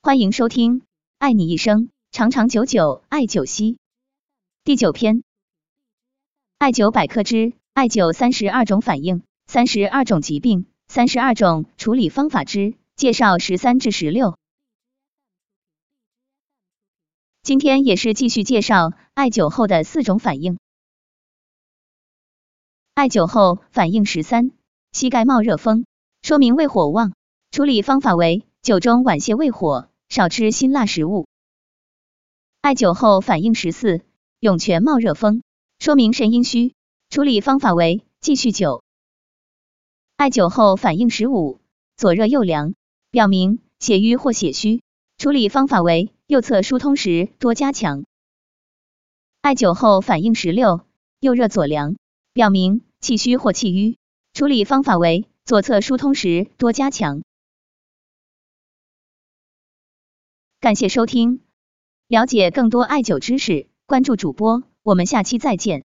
欢迎收听《爱你一生，长长久久艾灸烯》第9篇，艾灸百科之艾灸32种反应、32种疾病、32种处理方法之介绍13至16。今天也是继续介绍艾灸后的4种反应。艾灸后反应13，膝盖冒热风，说明胃火旺。处理方法为：灸中脘泻胃火，少吃辛辣食物。艾灸后反应14，涌泉冒热风，说明肾阴虚。处理方法为：继续灸。艾灸后反应15，左热右凉，表明血瘀或血虚。处理方法为：右侧疏通时多加强。艾灸后反应16，右热左凉，表明气虚或气瘀。处理方法为：左侧疏通时多加强。感谢收听，了解更多艾灸知识，关注主播，我们下期再见。